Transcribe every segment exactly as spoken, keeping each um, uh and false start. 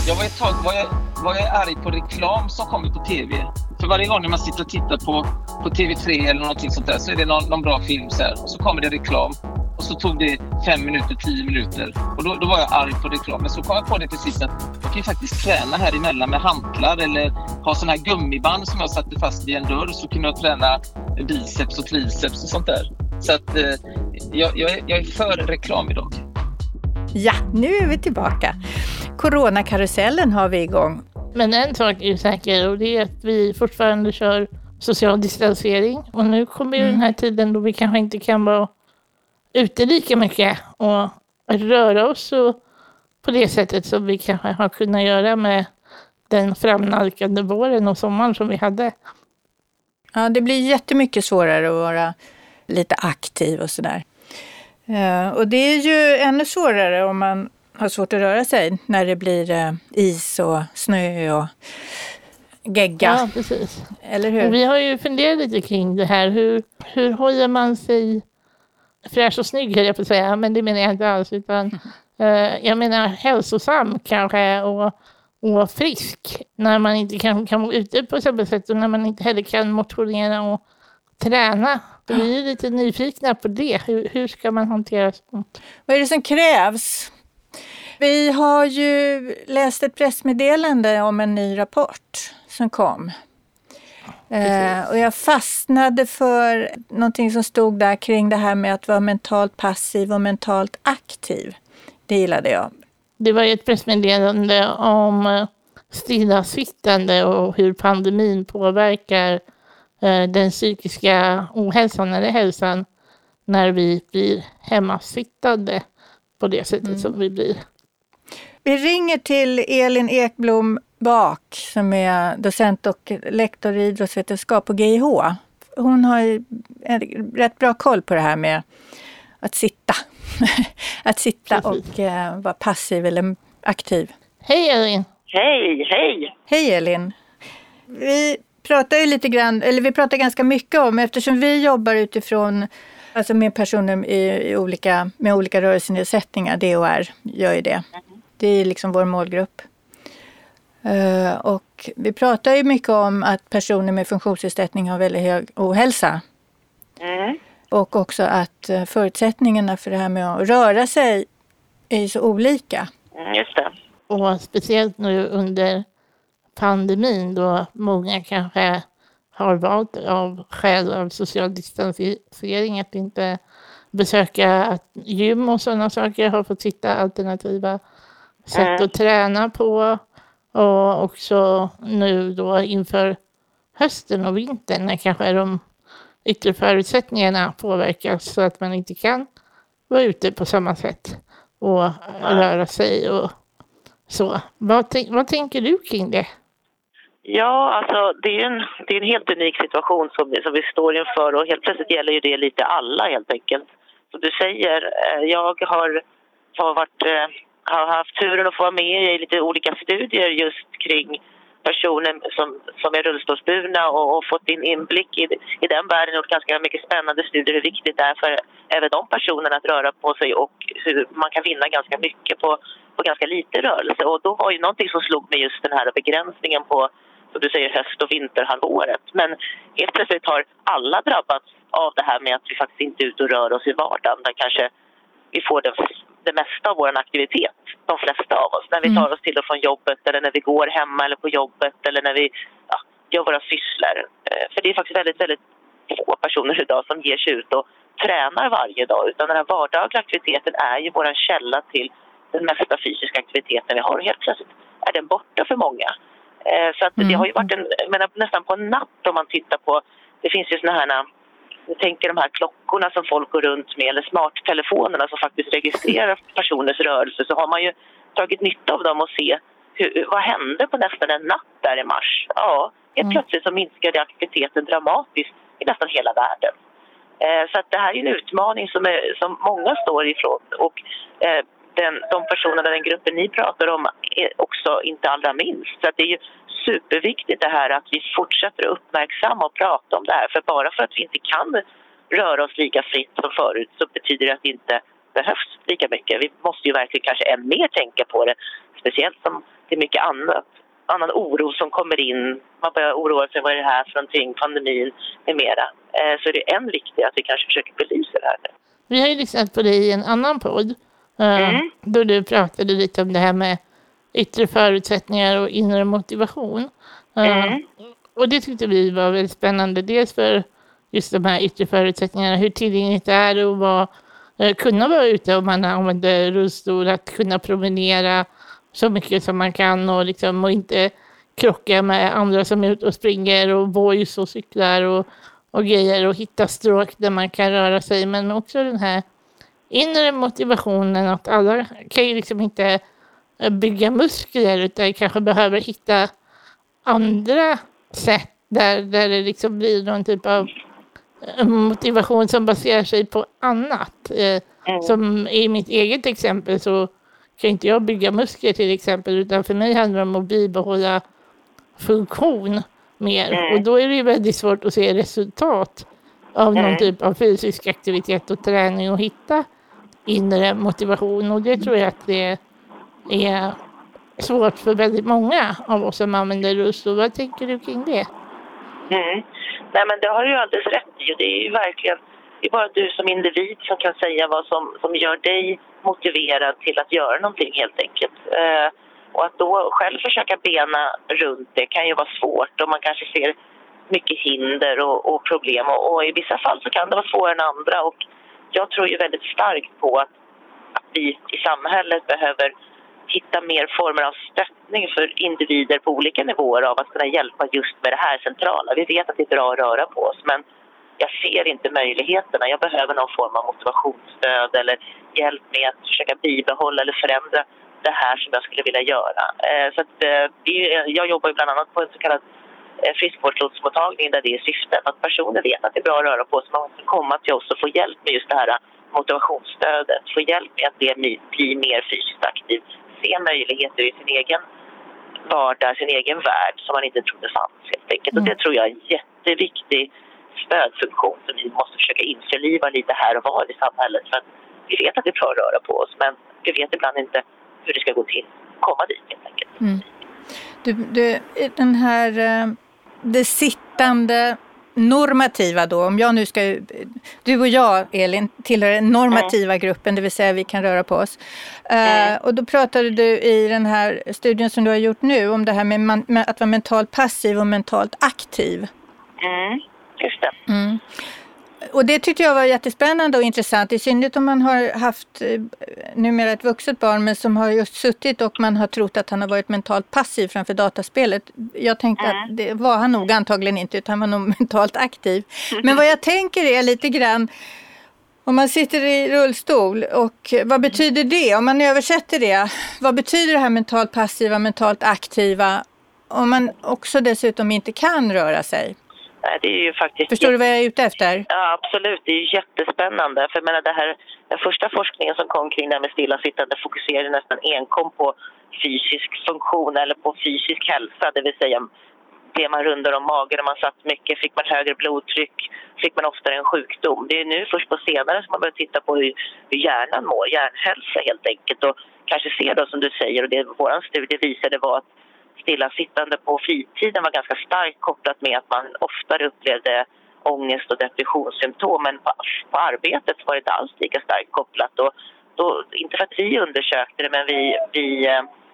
Jag var ett tag var jag, var jag arg på reklam som kommer på tv. För varje gång när man sitter och tittar på, på T V tre eller någonting sånt där så är det någon, någon bra film så här. Och så kommer det reklam. Och så tog det fem minuter, tio minuter. Och då, då var jag arg på reklam. Men så kom jag på det till sist att jag kan ju faktiskt träna här emellan med hantlar. Eller ha sån här gummiband som jag satte fast i en dörr. Så kunde jag träna biceps och triceps och sånt där. Så att eh, jag, jag, jag är för reklam idag. Ja, nu är vi tillbaka. Coronakarusellen har vi igång. Men en sak är ju säker och det är att vi fortfarande kör social distansering. Och nu kommer ju mm. den här tiden då vi kanske inte kan vara ute lika mycket och röra oss och på det sättet som vi kanske har kunnat göra med den framnalkande våren och sommaren som vi hade. Ja, det blir jättemycket svårare att vara lite aktiv och sådär. Uh, och det är ju ännu svårare om man har svårt att röra sig när det blir uh, is och snö och gegga. Ja, precis. Eller hur? Och vi har ju funderat lite kring det här. Hur, hur håller man sig fräsch och snygg, höll jag på att säga. Men det menar jag inte alls. Utan, uh, jag menar hälsosam kanske och, och frisk. När man inte kan, kan vara ute på samma sätt och när man inte heller kan motionera och träna. Vi är lite nyfikna på det. Hur, hur ska man hantera sånt? Vad är det som krävs? Vi har ju läst ett pressmeddelande om en ny rapport som kom. Eh, och jag fastnade för någonting som stod där kring det här med att vara mentalt passiv och mentalt aktiv. Det gillade jag. Det var ju ett pressmeddelande om stillasittande och hur pandemin påverkar den psykiska ohälsan eller hälsan när vi blir hemmasittande på det sättet mm. som vi blir. Vi ringer till Elin Ekblom Bak som är docent och lektor i idrottsvetenskap på G I H. Hon har ju en rätt bra koll på det här med att sitta. att sitta Precis. och uh, vara passiv eller aktiv. Hej Elin! Hej, hej! Hej Elin! Vi pratar ju lite grann, eller vi pratar ganska mycket om, eftersom vi jobbar utifrån, alltså med personer i, i olika, med olika rörelsenedsättningar, D O R gör ju det. Det är liksom vår målgrupp. Uh, och vi pratar ju mycket om att personer med funktionsnedsättning har väldigt hög ohälsa. Mm. Och också att uh, förutsättningarna för det här med att röra sig är så olika. Mm, just det. Och speciellt nu under pandemin då många kanske har valt av skäl av social distansering att inte besöka gym och sådana saker, har fått hitta alternativa sätt mm. att träna på. Och också nu då inför hösten och vintern när kanske de yttre förutsättningarna påverkas så att man inte kan vara ute på samma sätt och mm. röra sig och så. Vad, t- vad tänker du kring det? Ja, alltså det är en, det är en helt unik situation som, som vi står inför och helt plötsligt gäller ju det lite alla helt enkelt. Som du säger, jag har, har, varit, har haft turen att få vara med i lite olika studier just kring personer som, som är rullstolsburna och, och fått in inblick i, i den världen och ganska mycket spännande studier hur viktigt det är för även de personerna att röra på sig och hur man kan vinna ganska mycket på, på ganska lite rörelse. Och då var ju någonting som slog mig just den här begränsningen på, som du säger, höst- och vinterhalvåret. Men helt plötsligt har alla drabbats av det här med att vi faktiskt inte är ute och rör oss i vardagen. Där kanske vi får det, det mesta av vår aktivitet, de flesta av oss. När vi tar oss till och från jobbet eller när vi går hemma eller på jobbet eller när vi ja, gör våra sysslor. För det är faktiskt väldigt, väldigt få personer idag som ger sig ut och tränar varje dag. Utan den här vardagliga aktiviteten är ju vår källa till den mesta fysiska aktiviteten vi har. Och helt plötsligt är den borta för många. Så att det har ju varit en, men nästan på en natt om man tittar på, det finns ju såna här, jag tänker de här klockorna som folk går runt med eller smarttelefonerna som faktiskt registrerar personers rörelse, så har man ju tagit nytta av dem och se hur, vad hände på nästan en natt där i mars. Ja, helt plötsligt så minskade aktiviteten dramatiskt i nästan hela världen. Eh, så att det här är en utmaning som, är, som många står ifrån och eh, Den, de personerna, den gruppen ni pratar om är också inte allra minst. Så att det är ju superviktigt det här att vi fortsätter att uppmärksamma och prata om det här. För bara för att vi inte kan röra oss lika fritt som förut så betyder det att vi inte behövs lika mycket. Vi måste ju verkligen kanske än mer tänka på det. Speciellt som det är mycket annat. Annan oro som kommer in. Man börjar oroa sig vad är det här för någonting, pandemin med mera. Eh, så är det än viktigare att vi kanske försöker belysa det här. Vi har ju lyssnat på dig i en annan podd. Eh, mm. Då du pratade lite om det här med yttre förutsättningar och inre motivation. Eh, Mm. Och det tyckte vi var väldigt spännande. Dels för just de här yttre förutsättningarna. Hur tillgängligt det är att vara, eh, kunna vara ute om man använder rullstol. Att kunna promenera så mycket som man kan. Och, liksom, och inte krocka med andra som är ute och springer. Och boys och cyklar och, och grejer. Och hitta stråk där man kan röra sig. Men också den här inre motivationen. Att alla kan ju liksom inte bygga muskler. Utan kanske behöver hitta andra sätt där, där det liksom blir någon typ av motivation som baserar sig på annat. Eh, Mm. Som i mitt eget exempel så kan inte jag bygga muskler till exempel, utan för mig handlar det om att bibehålla funktion mer. Mm. Och då är det ju väldigt svårt att se resultat av någon Mm. typ av fysisk aktivitet och träning och hitta inre motivation. Och det tror jag att det är svårt för väldigt många av oss som använder rullstol. Vad tänker du kring det? Mm. Nej, men det har du ju alldeles rätt i. Det är ju verkligen, det är bara du som individ som kan säga vad som, som gör dig motiverad till att göra någonting helt enkelt. Eh, och att då själv försöka bena runt det kan ju vara svårt och man kanske ser mycket hinder och, och problem. Och, och i vissa fall så kan det vara svårare än andra. Och jag tror ju väldigt starkt på att, att vi i samhället behöver hitta mer former av stöttning för individer på olika nivåer av att kunna hjälpa just med det här centrala. Vi vet att det är bra att röra på oss, men jag ser inte möjligheterna. Jag behöver någon form av motivationsstöd eller hjälp med att försöka bibehålla eller förändra det här som jag skulle vilja göra. Så att, jag jobbar ju bland annat på en så kallad friskvårdslotsmottagning där det är syftet att personer vet att det är bra att röra på sig. Man måste komma till oss och få hjälp med just det här motivationsstödet. Få hjälp med att bli, bli mer fysiskt aktiv. Se möjligheter i sin egen vardag, sin egen värld som man inte trodde fanns helt enkelt. Mm. Och det tror jag är en jätteviktig stödfunktion som vi måste försöka införliva lite här och var i samhället. För att vi vet att det är bra att röra på oss, men vi vet ibland inte hur det ska gå till. Komma dit helt enkelt. Mm. Du, du, den här det sittande normativa då, om jag nu ska, du och jag Elin tillhör den normativa mm. gruppen, det vill säga vi kan röra på oss. Mm. Uh, och då pratade du i den här studien som du har gjort nu om det här med, man, med att vara mentalt passiv och mentalt aktiv. Mm, just det. Mm. Och det tyckte jag var jättespännande och intressant, i synnerhet om man har haft numera ett vuxet barn men som har just suttit och man har trott att han har varit mentalt passiv framför dataspelet. Jag tänkte mm. att det var han nog antagligen inte, utan han var nog mentalt aktiv. Men vad jag tänker är lite grann, om man sitter i rullstol, och vad betyder det? Om man översätter det, vad betyder det här mentalt passiva, mentalt aktiva, om man också dessutom inte kan röra sig? Det är ju faktiskt Förstår du vad jag är ute efter? Ja, absolut. Det är ju jättespännande. För jag menar, det här, den första forskningen som kom kring det här med stillasittande fokuserade nästan enkom på fysisk funktion eller på fysisk hälsa. Det vill säga, det man rundar om magen, om man satt mycket, fick man högre blodtryck, fick man oftare en sjukdom. Det är nu först på senare som man börjar titta på hur, hur hjärnan mår, hjärnhälsa helt enkelt. Och kanske se då som du säger, och det vår studie visade var att stillasittande på fritiden var ganska starkt kopplat med att man oftare upplevde ångest och depressionssymptom, men på, på arbetet var det inte alls lika starkt kopplat. Och då, inte för att vi undersökte det, men vi, vi,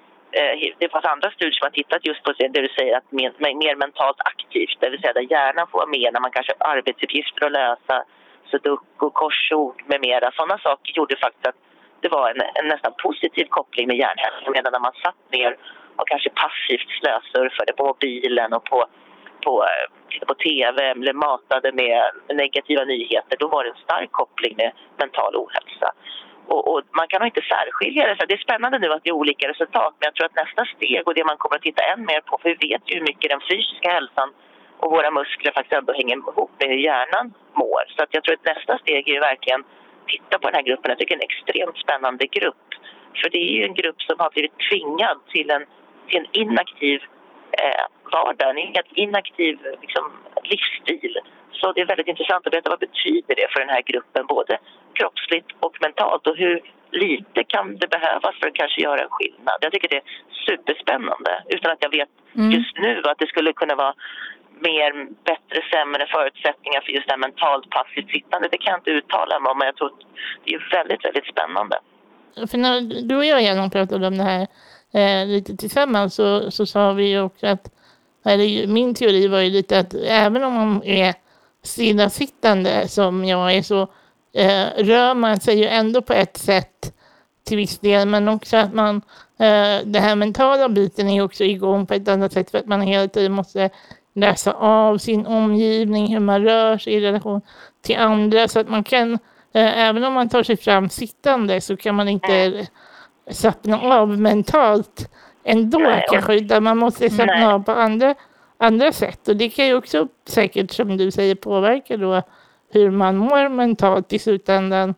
eh, det fanns andra studier som har tittat just på det du säger, att mer, mer mentalt aktivt, det vill säga där hjärnan får vara med när man kanske har arbetsuppgifter att lösa, sudoku, korsord med mera. Sådana saker gjorde faktiskt att det var en, en nästan positiv koppling med hjärnhälsa, medan när man satt ner och kanske passivt slösurfade på mobilen och på, på, på tv eller matade med negativa nyheter, då var det en stark koppling med mental ohälsa. Och, och man kan nog inte särskilja det. Det är spännande nu att det är olika resultat, men jag tror att nästa steg och det man kommer att titta än mer på, för vi vet ju hur mycket den fysiska hälsan och våra muskler faktiskt ändå hänger ihop med hur hjärnan mår. Så att jag tror att nästa steg är ju verkligen titta på den här gruppen. Jag tycker det är en extremt spännande grupp. För det är ju en grupp som har blivit tvingad till en en inaktiv eh, vardag, en inaktiv liksom, livsstil Så det är väldigt intressant att veta vad betyder det för den här gruppen, både kroppsligt och mentalt, och hur lite kan det behövas för att kanske göra en skillnad. Jag tycker det är superspännande, utan att jag vet Mm. just nu att det skulle kunna vara mer, bättre, sämre förutsättningar för just det här mentalt passivt sittande. Det kan jag inte uttala mig om, men jag tror att det är väldigt, väldigt spännande. För när du och jag gärna pratade om det här eh, lite tillsammans så, så sa vi ju också att, eller min teori var ju lite att även om man är stillasittande som jag är, så eh, rör man sig ju ändå på ett sätt till viss del, men också att man, eh, det här mentala biten är också igång på ett annat sätt, för att man hela tiden måste läsa av sin omgivning, hur man rör sig i relation till andra, så att man kan, eh, även om man tar sig fram sittande, så kan man inte slappna av mentalt ändå. Nej, kanske, utan man måste slappna nej. av på andra, andra sätt, och det kan ju också säkert, som du säger, påverka då hur man mår mentalt i slutändan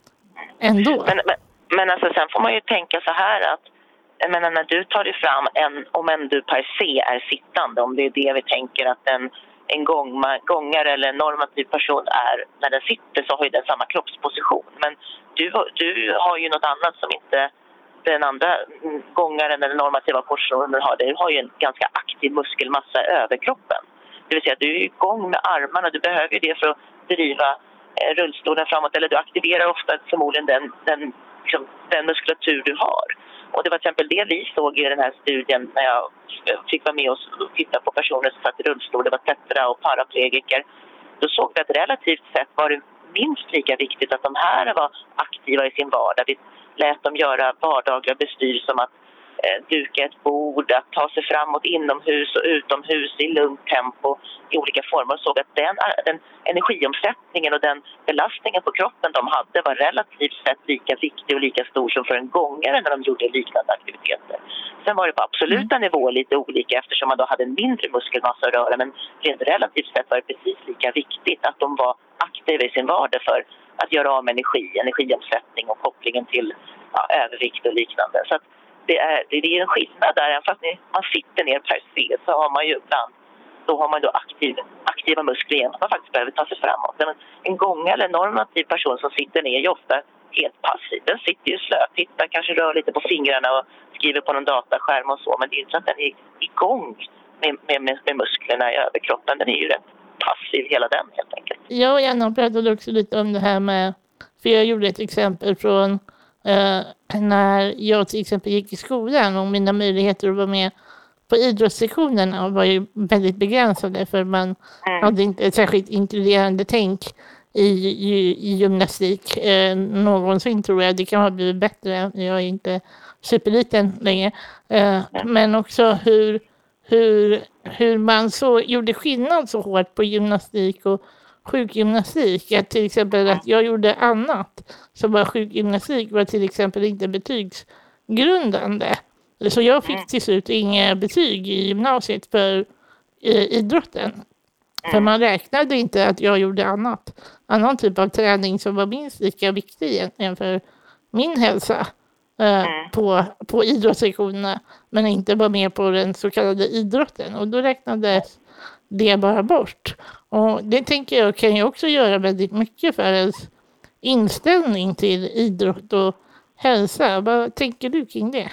ändå. Men, men, men alltså sen får man ju tänka så här att, jag menar, när du tar dig fram, en, om en du per se är sittande, om det är det vi tänker att en, en gång, gångare eller en normativ person är när den sitter, så har ju den samma kroppsposition. Men du, du har ju något annat som inte den andra gångaren eller normativa positionen har. Du har ju en ganska aktiv muskelmassa i överkroppen. Det vill säga att du är igång med armarna, du behöver det för att driva eh, rullstolen framåt, eller du aktiverar ofta förmodligen den, den, liksom, den muskulatur du har. Och det var till exempel det vi såg i den här studien när jag fick vara med och titta på personer som satt i rullstol. Det var tetra och paraplegiker. Då såg vi att relativt sett var det minst lika viktigt att de här var aktiva i sin vardag. Vi lät dem göra vardagliga bestyr som att eh, duka ett bord, att ta sig framåt inomhus och utomhus i lugnt tempo i olika former, och såg att den, den energiomsättningen och den belastningen på kroppen de hade var relativt sett lika viktig och lika stor som för en gångare när de gjorde liknande aktiviteter. Sen var det på absoluta nivåer lite olika eftersom man då hade en mindre muskelmassa att röra, men rent relativt sett var det precis lika viktigt att de var aktiva i sin vardag för att göra av med energi, energiomsättning och kopplingen till ja, övervikt och liknande. Så att det är, det är en skillnad där, även fast man sitter ner per se så har man ju ibland, då har man då aktiv, aktiva muskler igen, man faktiskt behöver ta sig framåt. Men en gång eller normativ person som sitter ner är ju ofta helt passiv. Den sitter ju slö, tittar, kanske rör lite på fingrarna och skriver på någon dataskärm och så, men det är inte så att den är igång med, med, med, med musklerna i överkroppen. Den är ju rätt passiv hela den helt enkelt. Jag och Janna pratade också lite om det här med, för jag gjorde ett exempel från eh, när jag till exempel gick i skolan, och mina möjligheter att vara med på idrottssektionerna var ju väldigt begränsade, för man mm. hade inte ett särskilt inkluderande tänk i, i, i gymnastik eh, någonsin, tror jag. Det kan ha blivit bättre, jag är inte superliten längre. Eh, men också hur, hur, hur man så gjorde skillnad så hårt på gymnastik och sjukgymnastik. Att till exempel att jag gjorde annat som var sjukgymnastik var till exempel inte betygsgrundande. Så jag fick till slut inga betyg i gymnasiet för eh, idrotten. För man räknade inte att jag gjorde annat. Annan typ av träning som var minst lika viktig egentligen för min hälsa eh, på, på idrottssektionerna. Men inte var med på den så kallade idrotten. Och då räknades det bara bort. Och det tänker jag kan ju också göra väldigt mycket för ens inställning till idrott och hälsa. Vad tänker du kring det?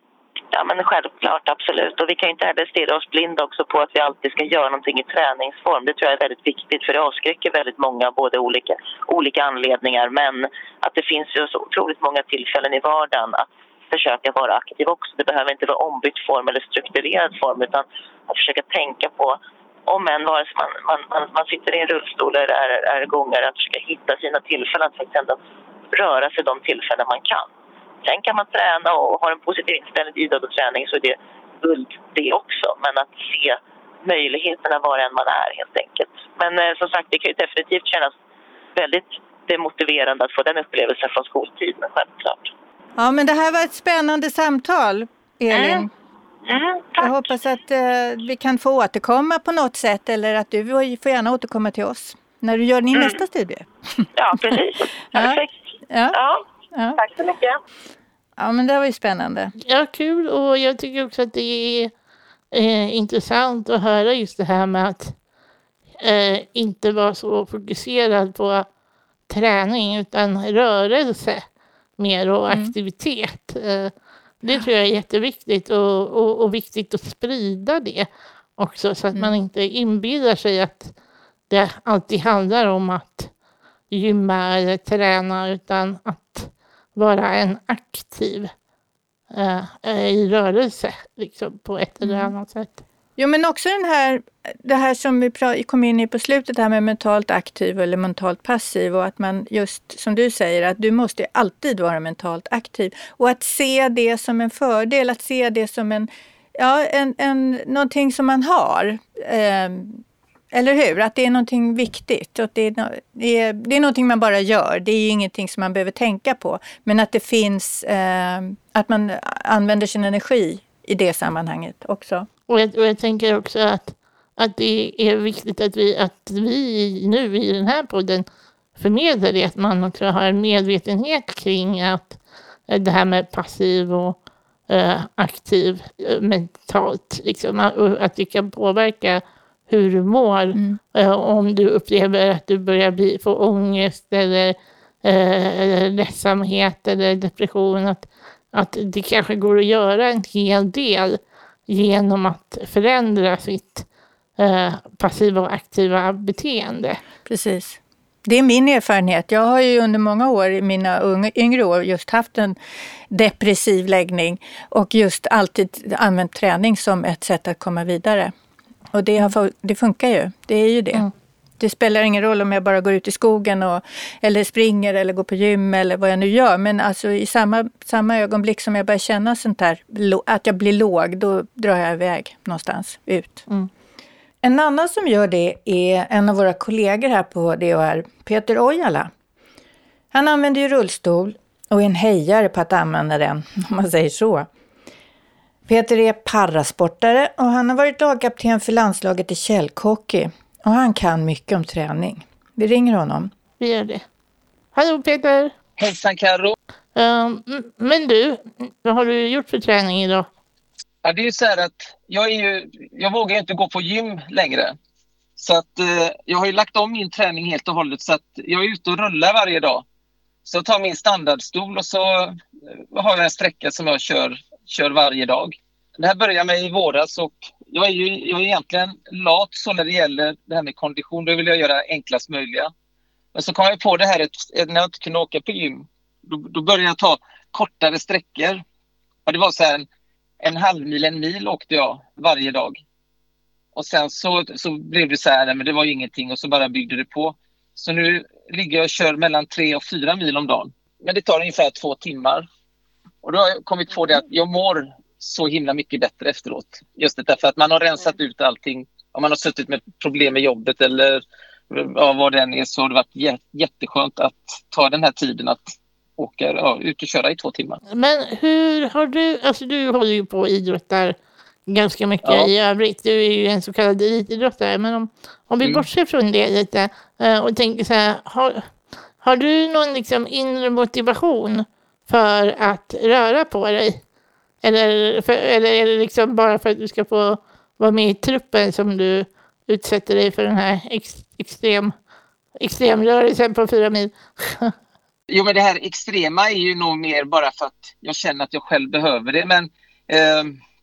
Ja, men självklart, absolut. Och vi kan inte heller stirra oss blinda också på att vi alltid ska göra någonting i träningsform. Det tror jag är väldigt viktigt, för det avskräcker väldigt många av både olika, olika anledningar. Men att det finns ju så otroligt många tillfällen i vardagen att försöka vara aktiv också. Det behöver inte vara ombytt form eller strukturerad form, utan att försöka tänka på, om en vare sig man, man, man, man sitter i en rullstol eller är, är gångare, att försöka hitta sina tillfällen, att faktiskt ändå röra sig de tillfällen man kan. Sen kan man träna och ha en positiv inställning till idrott och träning, så är det guld det också. Men att se möjligheterna var än man är helt enkelt. Men eh, som sagt, det kan ju definitivt kännas väldigt demotiverande att få den upplevelsen från skoltiden, självklart. Ja, men det här var ett spännande samtal, Elin. Mm. Mm, Jag hoppas att eh, vi kan få återkomma på något sätt, eller att du får gärna återkomma till oss när du gör din mm. nästa studie. Ja, precis. Perfekt. Ja. Ja. Ja. Tack så mycket. Ja, men det var ju spännande. Ja, kul. Och jag tycker också att det är eh, intressant att höra just det här med att eh, inte vara så fokuserad på träning utan rörelse mer och Mm. aktivitet. Eh, det tror jag är jätteviktigt och, och, och viktigt att sprida det också så att Mm. man inte inbillar sig att det alltid handlar om att gymma eller träna utan att vara en aktiv eh, i rörelse liksom, på ett eller Mm. annat sätt. Jo, men också den här, det här som vi pra- kom in i på slutet här med mentalt aktiv eller mentalt passiv och att man just som du säger att du måste alltid vara mentalt aktiv och att se det som en fördel, att se det som en, ja, en, en, någonting som man har. Eh, eller hur? Att det är någonting viktigt och att det är, no- det, är, det är någonting man bara gör. Det är ju ingenting som man behöver tänka på. Men att det finns, eh, att man använder sin energi i det sammanhanget också. Och jag, och jag tänker också att, att det är viktigt att vi, att vi nu i den här podden förmedlar det, att man också har en medvetenhet kring att eh, det här med passiv och eh, aktiv eh, mentalt, liksom, och att det kan påverka hur du mår. Mm. Eh, om du upplever att du börjar bli, få ångest eller, eh, eller ledsamhet eller depression, att, att det kanske går att göra en hel del genom att förändra sitt eh, passiva och aktiva beteende. Precis. Det är min erfarenhet. Jag har ju under många år i mina unga, yngre år just haft en depressiv läggning och just alltid använt träning som ett sätt att komma vidare. Och det, har, det funkar ju. Det är ju det. Mm. Det spelar ingen roll om jag bara går ut i skogen och, eller springer eller går på gym eller vad jag nu gör. Men alltså i samma, samma ögonblick som jag börjar känna sånt här, att jag blir låg, då drar jag iväg någonstans ut. Mm. En annan som gör det är en av våra kollegor här på D H R, Peter Ojala. Han använder ju rullstol och är en hejare på att använda den, om man säger så. Peter är parasportare och han har varit lagkapten för landslaget i källhockey. Och han kan mycket om träning. Vi ringer honom. Vi gör det. Hallå Peter! Hejsan Karo. Um, men du, vad har du gjort för träning idag? Ja, det är ju så här att jag, är ju, jag vågar inte gå på gym längre. Så att eh, jag har ju lagt om min träning helt och hållet så att jag är ute och rullar varje dag. Så jag tar min standardstol och så har jag en sträcka som jag kör, kör varje dag. Det här börjar med i våras och jag är ju jag är egentligen lat så när det gäller det här med kondition. Då vill jag göra enklast möjliga. Men så kom jag på det här att när jag inte kunde åka på gym. Då, då började jag ta kortare sträckor. Och det var så här en, en halv mil, en mil åkte jag varje dag. Och sen så, så blev det så här, men det var ju ingenting och så bara byggde det på. Så nu ligger jag och kör mellan tre och fyra mil om dagen. Men det tar ungefär två timmar. Och då har jag kommit på det att jag mår så himla mycket bättre efteråt. Just det därför att man har rensat ut allting. Om man har suttit med problem med jobbet eller ja, vad det än är, så har det varit jätteskönt att ta den här tiden att åka ja, ut och köra i två timmar. Men hur har du, alltså du håller ju på och idrottar ganska mycket ja. i övrigt. Du är ju en så kallad elitidrottare. Men om, om vi mm. bortser från det lite och tänker så här, har, har du någon liksom inre motivation för att röra på dig? Eller, för, eller är det liksom bara för att du ska få vara med i truppen som du utsätter dig för den här ex, extrem, extremrörelsen på fyra mil? Jo, men det här extrema är ju nog mer bara för att jag känner att jag själv behöver det. Men eh,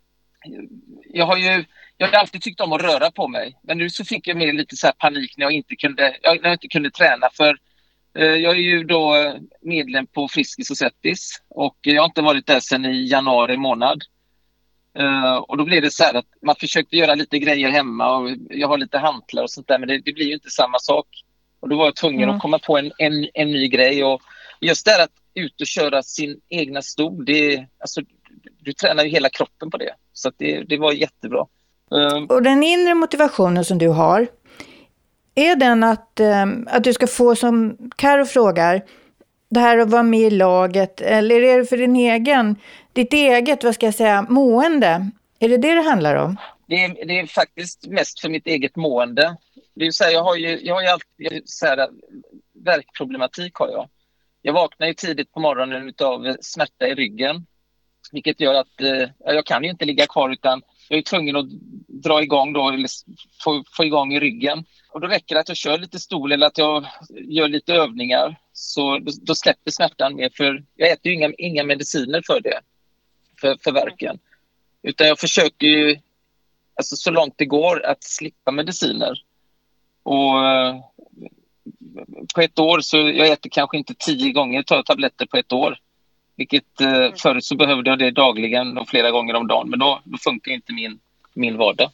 jag har ju jag har alltid tyckt om att röra på mig. Men nu så fick jag mer lite så här panik när jag inte kunde, när jag inte kunde träna. För eh, jag är ju då medlem på Friskis och Svettis. Och jag har inte varit där sedan i januari månad. Uh, och då blev det så här att man försökte göra lite grejer hemma och jag har lite hantlar och sånt där, men det, det blir ju inte samma sak. Och då var jag tvungen mm. att komma på en, en, en ny grej och just det här att ut och köra sin egna stol, det, alltså, du tränar ju hela kroppen på det. Så att det, det var jättebra. Uh, och den inre motivationen som du har, är den att, um, att du ska få, som Karo frågar, det här att vara med i laget, eller är det för din egen, ditt eget, vad ska jag säga, mående? Är det det det handlar om? Det är, det är faktiskt mest för mitt eget mående. Det är så här, jag har ju, jag har ju alltid så här, värkproblematik har jag. Jag vaknar ju tidigt på morgonen av smärta i ryggen. Vilket gör att eh, jag kan ju inte ligga kvar utan jag är tvungen att dra igång då, eller få, få igång i ryggen. Och då räcker det att jag kör lite stol eller att jag gör lite övningar, så då, då släpper smärtan mer. För jag äter ju inga, inga mediciner för det, för, för värken. Utan jag försöker ju alltså, så långt det går att slippa mediciner. Och på ett år så jag äter kanske inte tio gånger tar tabletter på ett år. Vilket eh, förut så behövde jag det dagligen och flera gånger om dagen. Men då, då funkar inte min, min vardag.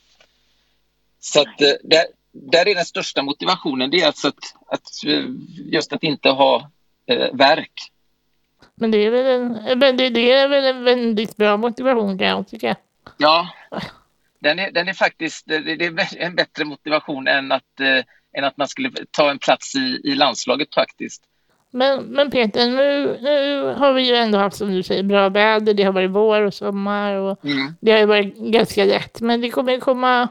Så att, eh, där, där är den största motivationen. Det är alltså att, att just att inte ha eh, värk. Men det är väl en, men det, det är väl en väldigt bra motivation, kan jag tycka. Ja, den är, den är faktiskt det, det är en bättre motivation än att, eh, än att man skulle ta en plats i, i landslaget faktiskt. Men, men Peter, nu, nu har vi ju ändå haft, som du säger, bra väder. Det har varit vår och sommar och mm. det har ju varit ganska lätt. Men det kommer komma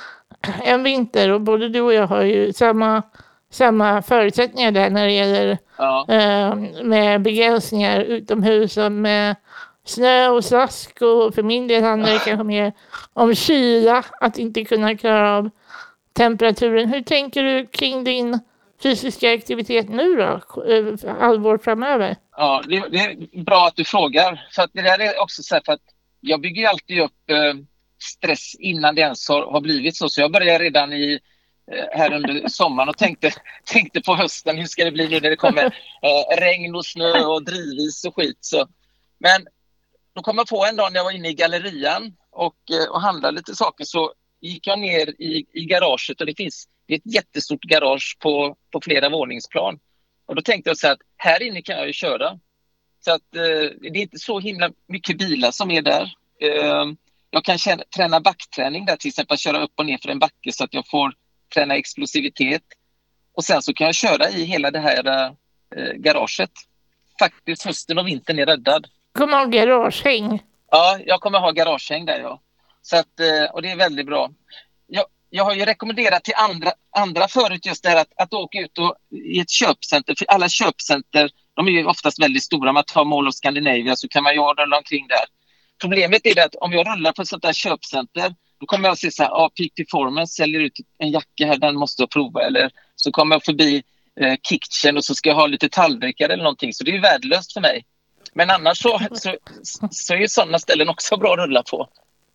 en vinter och både du och jag har ju samma, samma förutsättningar där när det gäller ja. eh, med begränsningar utomhus och med snö och slask, och för min del handlar det kanske mer om kyla, att inte kunna klara av temperaturen. Hur tänker du kring din fysiska aktivitet nu då, halvår framöver? Ja, det, det är bra att du frågar. För att det där är också så här, för att jag bygger alltid upp eh, stress innan det ens har, har blivit så. Så jag började redan i, eh, här under sommaren och tänkte, tänkte på hösten, hur ska det bli nu när det kommer eh, regn och snö och drivis och skit. Så. Men då kom jag på en dag när jag var inne i gallerian och, eh, och handlade lite saker, så gick jag ner i, i garaget, och det finns det är ett jättestort garage på, på flera våningsplan. Och då tänkte jag så att här inne kan jag ju köra. Så att eh, det är inte så himla mycket bilar som är där. Eh, jag kan känna, träna backträning där, till exempel köra upp och ner för en backe så att jag får träna explosivitet. Och sen så kan jag köra i hela det här eh, garaget. Faktiskt hösten och vintern är räddad. Kommer ha garagehäng? Ja, jag kommer ha garagehäng där, ja. Så att, eh, och det är väldigt bra. Jag, Jag har ju rekommenderat till andra, andra förut just det här att, att åka ut och, i ett köpcenter. För alla köpcenter, de är ju oftast väldigt stora. Om man tar Mall of Scandinavia så kan man ju rulla omkring där. Problemet är det att om jag rullar på ett sånt där köpcenter, då kommer jag att se så här, ja, Peak Performance säljer ut en jacka här, den måste jag prova. Eller så kommer jag förbi eh, Kitchen och så ska jag ha lite tallrikar eller någonting. Så det är ju värdelöst för mig. Men annars så, så, så är ju sådana ställen också bra att rulla på.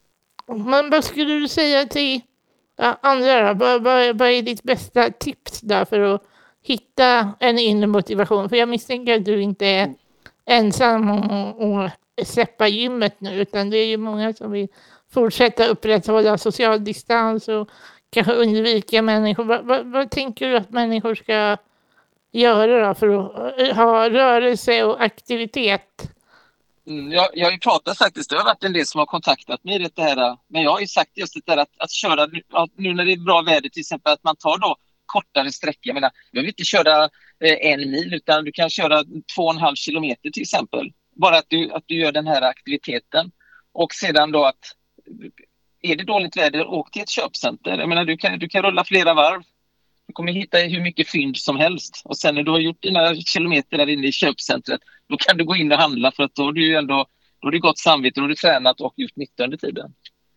Men vad skulle du säga till ja, andra då? Vad, vad, vad är ditt bästa tips där för att hitta en inre motivation? För jag misstänker att du inte är ensam och, och släppa gymmet nu, utan det är ju många som vill fortsätta upprätthålla social distans och kanske undvika människor. Vad, vad, vad tänker du att människor ska göra då för att ha rörelse och aktivitet? Mm, jag, jag har ju pratat faktiskt, det har varit en del som har kontaktat mig i det här, men jag har ju sagt just det där att, att köra att nu när det är bra väder till exempel, att man tar då kortare sträckor. Jag menar, jag vill inte köra eh, en mil, utan du kan köra två och en halv kilometer till exempel. Bara att du, att du gör den här aktiviteten. Och sedan då att är det dåligt väder, åk till ett köpcenter. Jag menar, du kan, du kan rulla flera varv. Du kommer hitta hur mycket fynd som helst. Och sen när du har gjort dina kilometer där inne i köpcentret, då kan du gå in och handla, för att då har du ju ändå då har du gott samvete och har du tränat och gjort nytta under tiden.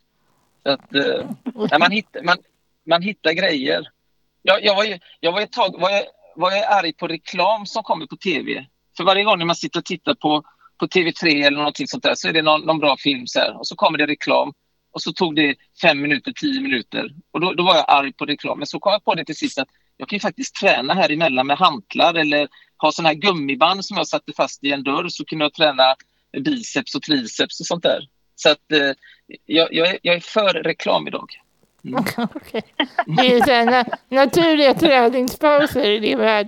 Så att eh, när man, hittar, man, man hittar grejer. Jag, jag, var ju, jag var ett tag var jag, var jag arg på reklam som kommer på tv. För varje gång när man sitter och tittar på, på T V tre eller någonting sånt där, så är det någon, någon bra film så här. Och så kommer det reklam. Och så tog det fem minuter, tio minuter. Och då, då var jag arg på reklam. Men så kom jag på det till sist att jag kan ju faktiskt träna här emellan med hantlar. Eller ha sån här gummiband som jag satte fast i en dörr. Så kunde jag träna biceps och triceps och sånt där. Så att eh, jag, jag, är, jag är för reklam idag. Mm. Okay. Det är sådana naturliga träningspauser i din värld.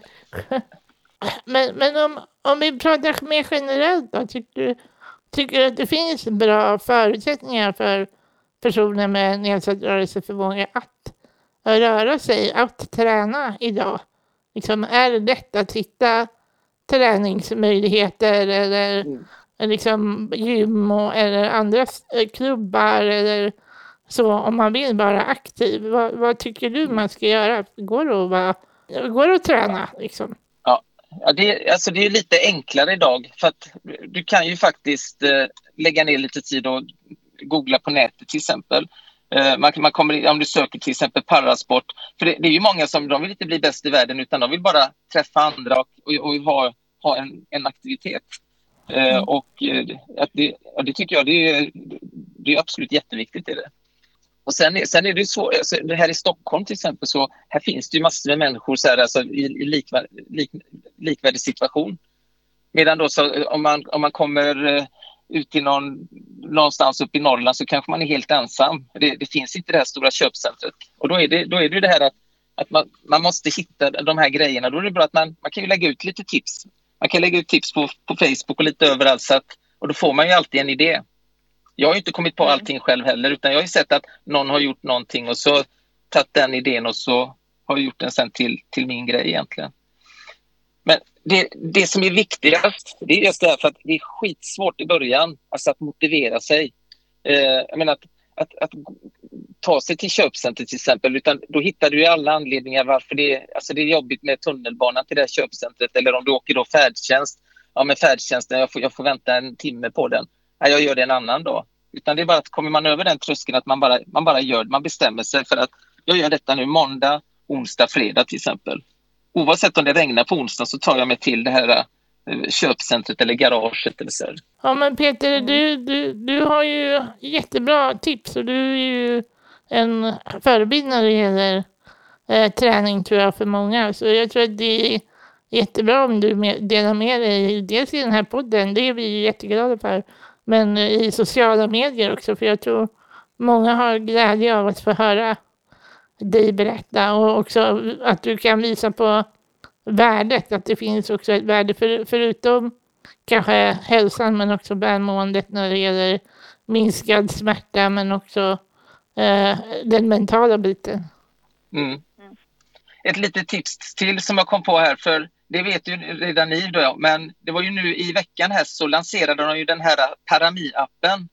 Men, men om, om vi pratar mer generellt då, tycker du, tycker du att det finns bra förutsättningar för personer med nedsatt rörelseförmåga att röra sig, att träna idag? Liksom, är det lätt att hitta träningsmöjligheter eller mm. liksom gym och, eller andra klubbar eller så, om man vill vara aktiv? Vad, vad tycker du man ska göra? Går det att, vara, går det att träna liksom? Ja, ja det, alltså det är lite enklare idag, för att du kan ju faktiskt eh, lägga ner lite tid och googla på nätet till exempel. Man, man kommer, om du söker till exempel parasport, för det, det är ju många som de vill inte bli bäst i världen utan de vill bara träffa andra och, och, och ha, ha en, en aktivitet. Mm. Uh, och uh, det, det tycker jag det är, det är absolut jätteviktigt i det. Och sen, sen är det ju så, alltså, det här i Stockholm till exempel, så här finns det ju massor med människor så här, alltså, i, i likvärd, lik, likvärdig situation. Medan då så, om, man, om man kommer uh, ut till någon, någonstans uppe i Norrland så kanske man är helt ensam. Det, det finns inte det här stora köpcentret. Och då är det, då är det det här att, att man, man måste hitta de här grejerna. Då är det bra att man, man kan ju lägga ut lite tips. Man kan lägga ut tips på, på Facebook och lite överallt. Så att, och då får man ju alltid en idé. Jag har ju inte kommit på allting själv heller, utan jag har ju sett att någon har gjort någonting och så tagit den idén och så har jag gjort den sen till, till min grej egentligen. Men det, det som är viktigast, det är just det här för att det är skitsvårt i början, alltså att motivera sig. Eh, jag menar att, att, att ta sig till köpcentret till exempel, utan då hittar du ju alla anledningar varför det, alltså det är jobbigt med tunnelbanan till det här köpcentret, eller om du åker då färdtjänst. Ja, med färdtjänsten, jag får, jag får vänta en timme på den. Ja, jag gör det en annan dag. Utan det är bara att kommer man över den tröskeln att man bara, man bara gör det, man bestämmer sig för att jag gör detta nu måndag, onsdag, fredag till exempel. Oavsett om det regnar på onsdag så tar jag mig till det här äh, köpcentret eller garaget eller så. Ja, men Peter, du, du, du har ju jättebra tips och du är ju en förebild när det gäller eh, träning tror jag för många. Så jag tror att det är jättebra om du med, delar med dig dels i den här podden, det är vi ju jätteglada för, men i sociala medier också, för jag tror många har glädje av att få höra dig berätta och också att du kan visa på värdet, att det finns också ett värde för, förutom kanske hälsan men också välmåendet när det gäller minskad smärta men också eh, den mentala biten. Mm. Ett litet tips till som jag kom på här, för det vet ju redan ni då, men det var ju nu i veckan här så lanserade de ju den här Parami-appen.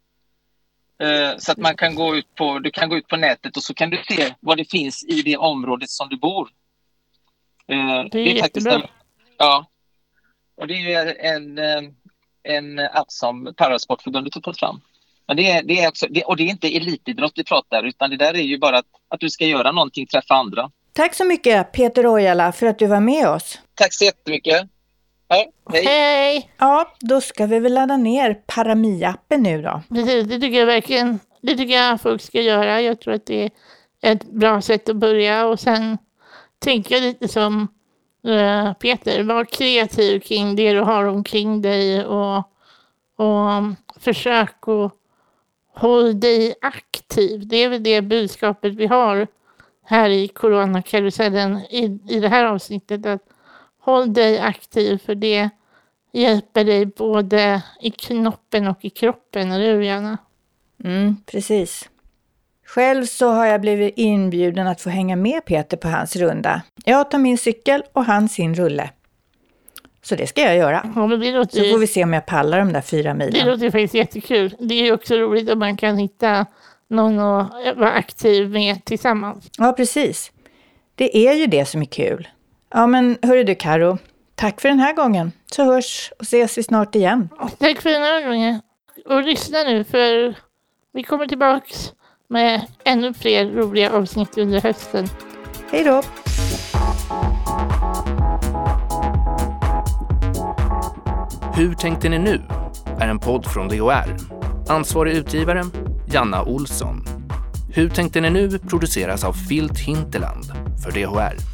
Så att man kan gå ut på, du kan gå ut på nätet och så kan du se vad det finns i det området som du bor. Det är, det är jättebra. En, ja, och det är en, en app som Parasportförbundet har fått fram. Men det är, det är också, det, och det är inte elitidrott vi pratar, utan det där är ju bara att, att du ska göra någonting, träffa andra. Tack så mycket Peter Ojala för att du var med oss. Tack så jättemycket. Ja, hej. Hej! Ja, då ska vi väl ladda ner Parami-appen nu då. Precis, det tycker jag verkligen, det tycker jag folk ska göra. Jag tror att det är ett bra sätt att börja och sen tänka lite som uh, Peter, var kreativ kring det du har omkring dig och, och försök att hålla dig aktiv. Det är väl det budskapet vi har här i coronakarusellen i, i det här avsnittet, att håll dig aktiv för det hjälper dig både i knoppen och i kroppen, eller hur Janna? Mm, precis. Själv så har jag blivit inbjuden att få hänga med Peter på hans runda. Jag tar min cykel och han sin rulle. Så det ska jag göra. Ja, men det låter, så får vi se om jag pallar de där fyra milen. Det låter faktiskt jättekul. Det är också roligt om man kan hitta någon att vara aktiv med tillsammans. Ja, precis. Det är ju det som är kul. Ja, men hörru du Karo, tack för den här gången. Så hörs och ses vi snart igen. Tack för den här gången. Och lyssna nu, för vi kommer tillbaks med ännu fler roliga avsnitt under hösten. Hej då! Hur tänkte ni nu? Är en podd från D H R. Ansvarig utgivare, Janna Olsson. Hur tänkte ni nu produceras av Filt Hinterland för D H R.